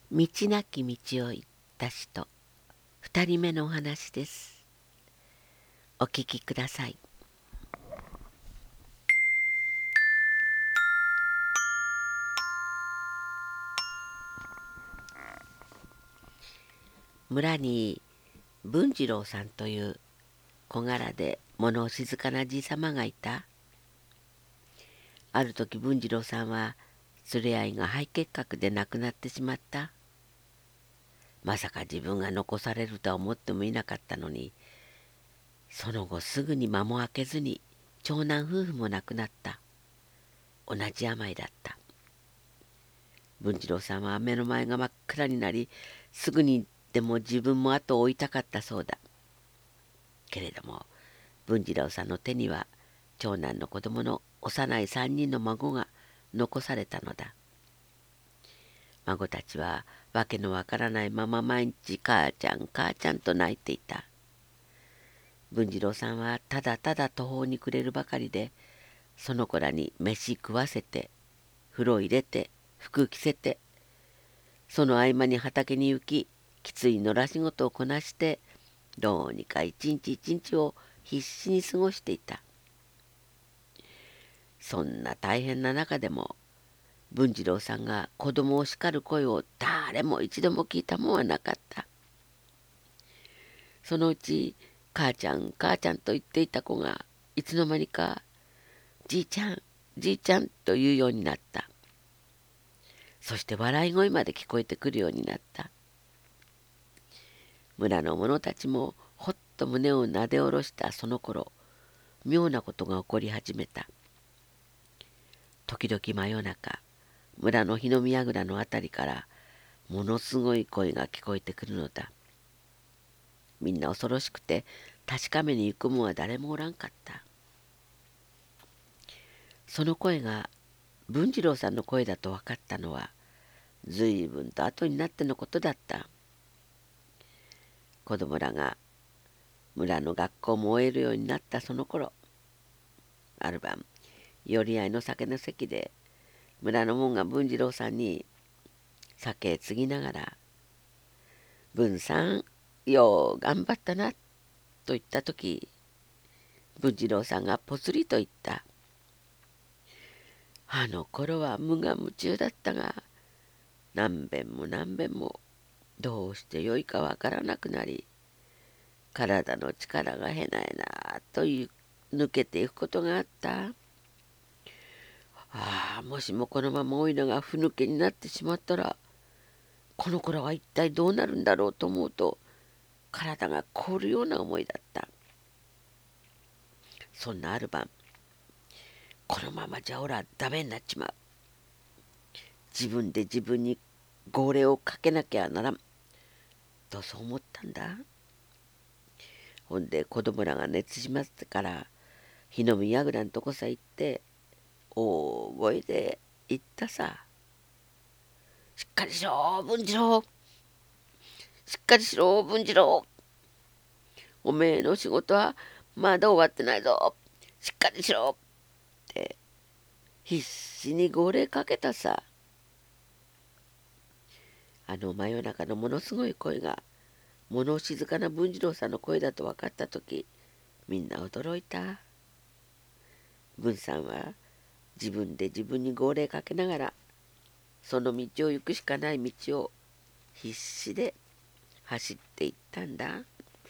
道なき道を行った人、二人目のお話です。お聞きください。村に文次郎さんという小柄で物静かなじいさまがいた。ある時文次郎さんは連れ合いが肺結核で亡くなってしまった。まさか自分が残されるとは思ってもいなかったのに、その後すぐに間も空けずに長男夫婦も亡くなった。同じ病だった。文次郎さんは目の前が真っ暗になり、すぐにでも自分も後を追いたかったそうだ。けれども文次郎さんの手には長男の子供の幼い3人の孫が残されたのだ。孫たちはわけのわからないまま毎日母ちゃん母ちゃんと泣いていた。文次郎さんはただただ途方に暮れるばかりで、その子らに飯食わせて、風呂入れて、服着せて、その合間に畑に行き、きつい野良仕事をこなして、どうにか一日一日を必死に過ごしていた。そんな大変な中でも、文次郎さんが子供を叱る声を誰も一度も聞いたもんはなかった。そのうち、母ちゃん母ちゃんと言っていた子が、いつの間にか、じいちゃんじいちゃんと言うようになった。そして笑い声まで聞こえてくるようになった。村の者たちもほっと胸をなで下ろしたその頃、妙なことが起こり始めた。時々真夜中、村の火の見櫓のあたりからものすごい声が聞こえてくるのだ。みんな恐ろしくて確かめに行くもんは誰もおらんかった。その声が文次郎さんの声だと分かったのはずいぶんと後になってのことだった。子供らが村の学校も終えるようになったその頃、ある晩寄り合いの酒の席で村の者が文次郎さんに酒継ぎながら「文さんよう頑張ったな」と言った時、文次郎さんがぽつりと言った。あの頃は無我夢中だったが、何べんも何べんもどうしてよいかわからなくなり、体の力がへなへなという抜けていくことがあった。ああ、もしもこのままおいらがふぬけになってしまったら、この子らは一体どうなるんだろうと思うと、体が凍るような思いだった。そんなある晩、このままじゃおらダメになっちまう。自分で自分に号令をかけなきゃならん。とそう思ったんだ。ほんで子供らが寝つしまってから火の見櫓のとこさ行って大声で言ったさ。しっかりしろ文次郎、しっかりしろ文次郎、おめえの仕事はまだ終わってないぞ、しっかりしろって必死に号令かけたさ。あの真夜中のものすごい声が物静かな文次郎さんの声だと分かった時、みんな驚いた。文さんは自分で自分に号令かけながらその道を行くしかない道を必死で走っていったんだ。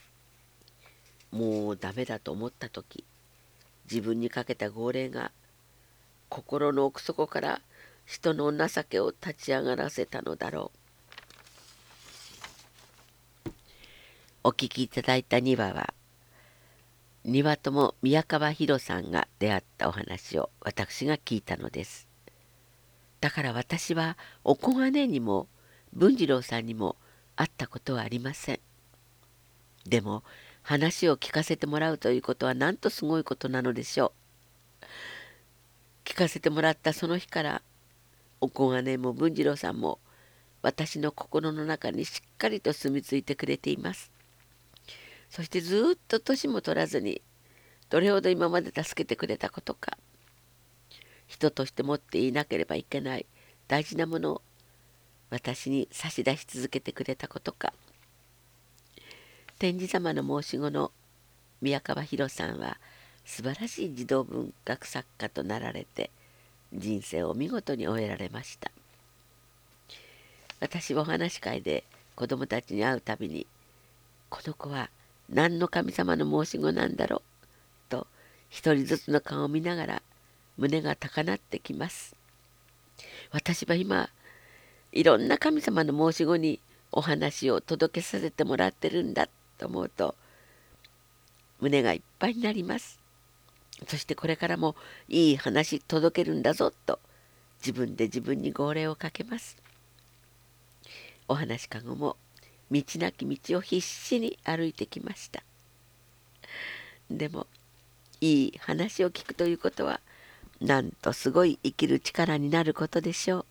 もうダメだと思った時、自分にかけた号令が心の奥底から人の情けを立ち上がらせたのだろう。お聞きいただいた2話は、庭友宮川博さんが出会ったお話を私が聞いたのです。だから私はお小金にも文次郎さんにも会ったことはありません。でも話を聞かせてもらうということはなんとすごいことなのでしょう。聞かせてもらったその日からお小金も文次郎さんも私の心の中にしっかりと住み着いてくれています。そしてずっと年も取らずにどれほど今まで助けてくれたことか、人として持っていなければいけない大事なものを私に差し出し続けてくれたことか。天智様の申し子の宮川博さんは素晴らしい児童文学作家となられて、人生を見事に終えられました。私はお話し会で子供たちに会うたびに、この子は何の神様の申し子なんだろうと一人ずつの顔を見ながら胸が高鳴ってきます。私は今いろんな神様の申し子にお話を届けさせてもらってるんだと思うと胸がいっぱいになります。そしてこれからもいい話届けるんだぞと自分で自分に号令をかけます。お話かごも道なき道を必死に歩いてきました。でもいい話を聞くということはなんとすごい生きる力になることでしょう。